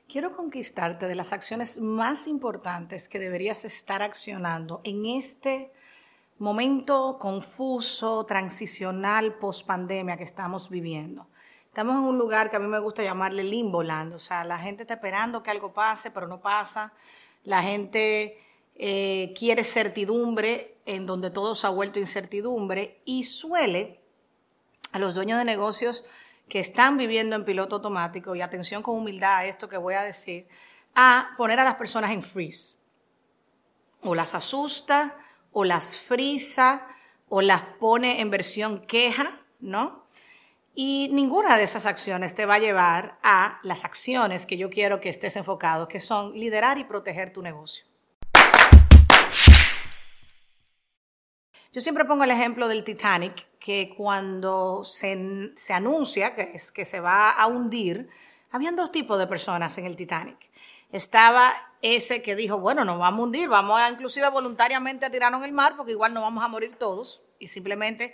Quiero conquistarte de las acciones más importantes que deberías estar accionando en este momento confuso, transicional, post-pandemia que estamos viviendo. Estamos en un lugar que a mí me gusta llamarle limboland, o sea, la gente está esperando que algo pase, pero no pasa. La gente quiere certidumbre, en donde todo se ha vuelto incertidumbre, y suele a los dueños de negocios que están viviendo en piloto automático, y atención con humildad a esto que voy a decir, a poner a las personas en freeze. O las asusta, o las frisa, o las pone en versión queja, ¿no? Y ninguna de esas acciones te va a llevar a las acciones que yo quiero que estés enfocado, que son liderar y proteger tu negocio. Yo siempre pongo el ejemplo del Titanic, que cuando se anuncia que se va a hundir, habían dos tipos de personas en el Titanic. Estaba ese que dijo, bueno, nos vamos a hundir, vamos a inclusive voluntariamente a tirarnos en el mar, porque igual no vamos a morir todos, y simplemente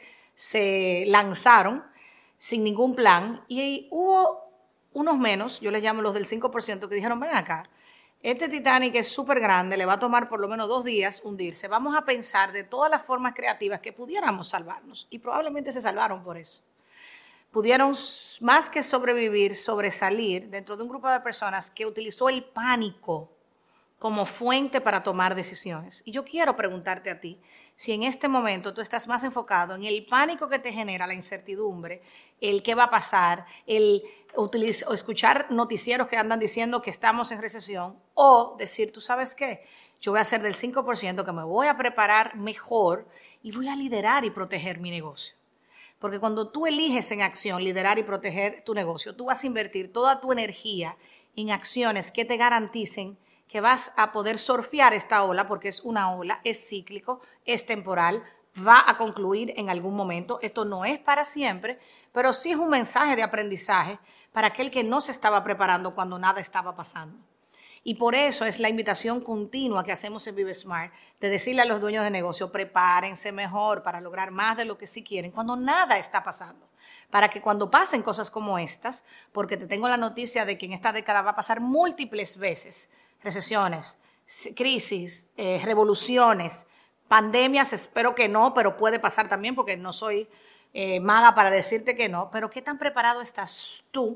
se lanzaron sin ningún plan. Y hubo unos menos, yo les llamo los del 5%, que dijeron, ven acá, este Titanic es súper grande, le va a tomar por lo menos 2 días hundirse. Vamos a pensar de todas las formas creativas que pudiéramos salvarnos. Y probablemente se salvaron por eso. Pudieron, más que sobrevivir, sobresalir dentro de un grupo de personas que utilizó el pánico como fuente para tomar decisiones. Y yo quiero preguntarte a ti, si en este momento tú estás más enfocado en el pánico que te genera la incertidumbre, el qué va a pasar, el escuchar noticieros que andan diciendo que estamos en recesión, o decir, ¿tú sabes qué? Yo voy a ser del 5% que me voy a preparar mejor y voy a liderar y proteger mi negocio. Porque cuando tú eliges en acción liderar y proteger tu negocio, tú vas a invertir toda tu energía en acciones que te garanticen que vas a poder surfear esta ola, porque es una ola, es cíclico, es temporal, va a concluir en algún momento. Esto no es para siempre, pero sí es un mensaje de aprendizaje para aquel que no se estaba preparando cuando nada estaba pasando. Y por eso es la invitación continua que hacemos en Vive Smart, de decirle a los dueños de negocio, prepárense mejor para lograr más de lo que sí quieren cuando nada está pasando. Para que cuando pasen cosas como estas, porque te tengo la noticia de que en esta década va a pasar múltiples veces, recesiones, crisis, revoluciones, pandemias, espero que no, pero puede pasar también porque no soy maga para decirte que no, pero ¿qué tan preparado estás tú?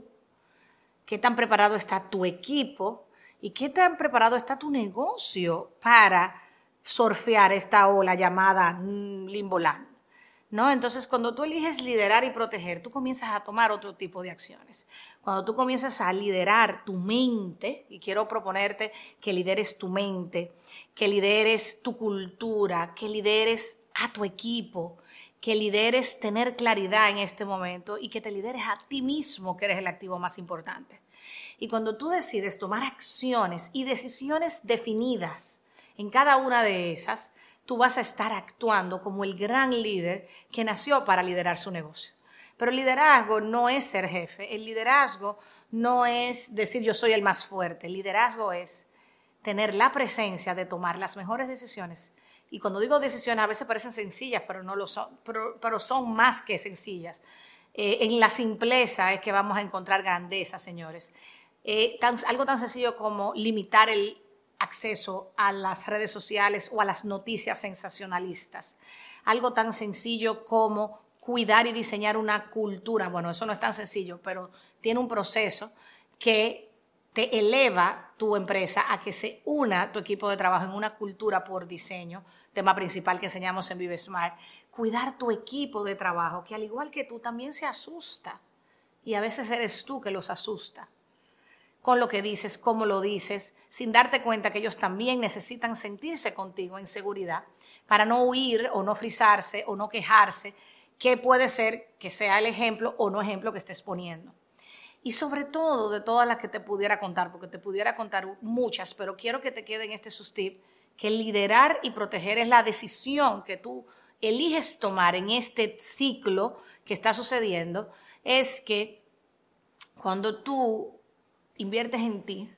¿Qué tan preparado está tu equipo? ¿Y qué tan preparado está tu negocio para surfear esta ola llamada limboland? ¿No? Entonces, cuando tú eliges liderar y proteger, tú comienzas a tomar otro tipo de acciones. Cuando tú comienzas a liderar tu mente, y quiero proponerte que lideres tu mente, que lideres tu cultura, que lideres a tu equipo, que lideres tener claridad en este momento y que te lideres a ti mismo, que eres el activo más importante. Y cuando tú decides tomar acciones y decisiones definidas en cada una de esas, tú vas a estar actuando como el gran líder que nació para liderar su negocio. Pero el liderazgo no es ser jefe, el liderazgo no es decir yo soy el más fuerte, el liderazgo es tener la presencia de tomar las mejores decisiones. Y cuando digo decisiones a veces parecen sencillas, pero no lo son, pero son más que sencillas. En la simpleza es que vamos a encontrar grandeza, señores. Algo tan sencillo como limitar el acceso a las redes sociales o a las noticias sensacionalistas. Algo tan sencillo como cuidar y diseñar una cultura. Bueno, eso no es tan sencillo, pero tiene un proceso que te eleva tu empresa a que se una tu equipo de trabajo en una cultura por diseño, tema principal que enseñamos en Vive Smart. Cuidar tu equipo de trabajo, que al igual que tú también se asusta. Y a veces eres tú que los asusta. Con lo que dices, cómo lo dices, sin darte cuenta que ellos también necesitan sentirse contigo en seguridad para no huir o no frisarse o no quejarse, que puede ser que sea el ejemplo o no ejemplo que estés poniendo. Y sobre todo de todas las que te pudiera contar, porque te pudiera contar muchas, pero quiero que te quede en este sustip, que liderar y proteger es la decisión que tú eliges tomar en este ciclo que está sucediendo, es que cuando tú inviertes en ti,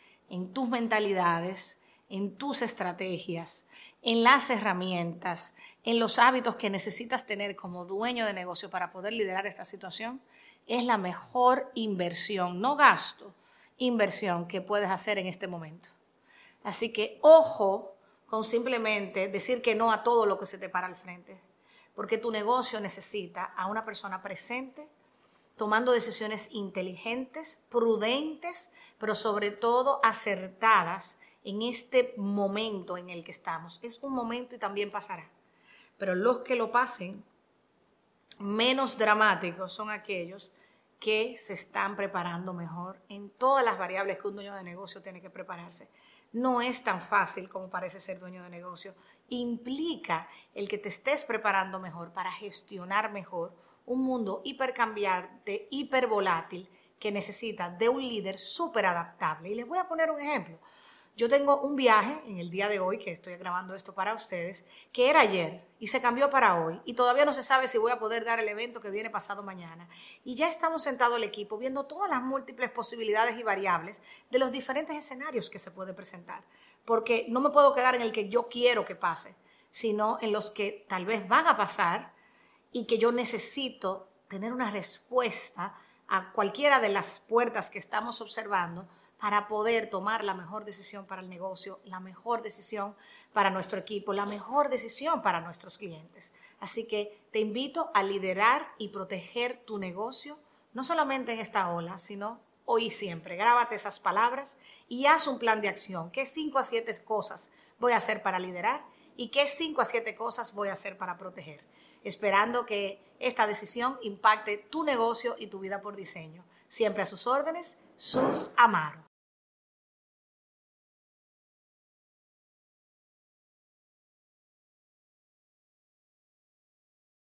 en tus mentalidades, en tus estrategias, en las herramientas, en los hábitos que necesitas tener como dueño de negocio para poder liderar esta situación, es la mejor inversión, no gasto, inversión que puedes hacer en este momento. Así que ojo con simplemente decir que no a todo lo que se te para al frente, porque tu negocio necesita a una persona presente, tomando decisiones inteligentes, prudentes, pero sobre todo acertadas en este momento en el que estamos. Es un momento y también pasará, pero los que lo pasen menos dramáticos son aquellos que se están preparando mejor en todas las variables que un dueño de negocio tiene que prepararse. No es tan fácil como parece ser dueño de negocio. Implica el que te estés preparando mejor para gestionar mejor un mundo hipercambiante, hipervolátil, que necesita de un líder súper adaptable. Y les voy a poner un ejemplo. Yo tengo un viaje en el día de hoy, que estoy grabando esto para ustedes, que era ayer y se cambió para hoy y todavía no se sabe si voy a poder dar el evento que viene pasado mañana. Y ya estamos sentados el equipo viendo todas las múltiples posibilidades y variables de los diferentes escenarios que se puede presentar, porque no me puedo quedar en el que yo quiero que pase, sino en los que tal vez van a pasar y que yo necesito tener una respuesta a cualquiera de las puertas que estamos observando para poder tomar la mejor decisión para el negocio, la mejor decisión para nuestro equipo, la mejor decisión para nuestros clientes. Así que te invito a liderar y proteger tu negocio, no solamente en esta ola, sino hoy y siempre. Grábate esas palabras y haz un plan de acción. ¿Qué 5 a 7 cosas voy a hacer para liderar y qué 5 a 7 cosas voy a hacer para proteger? Esperando que esta decisión impacte tu negocio y tu vida por diseño. Siempre a sus órdenes, Sus Amaro.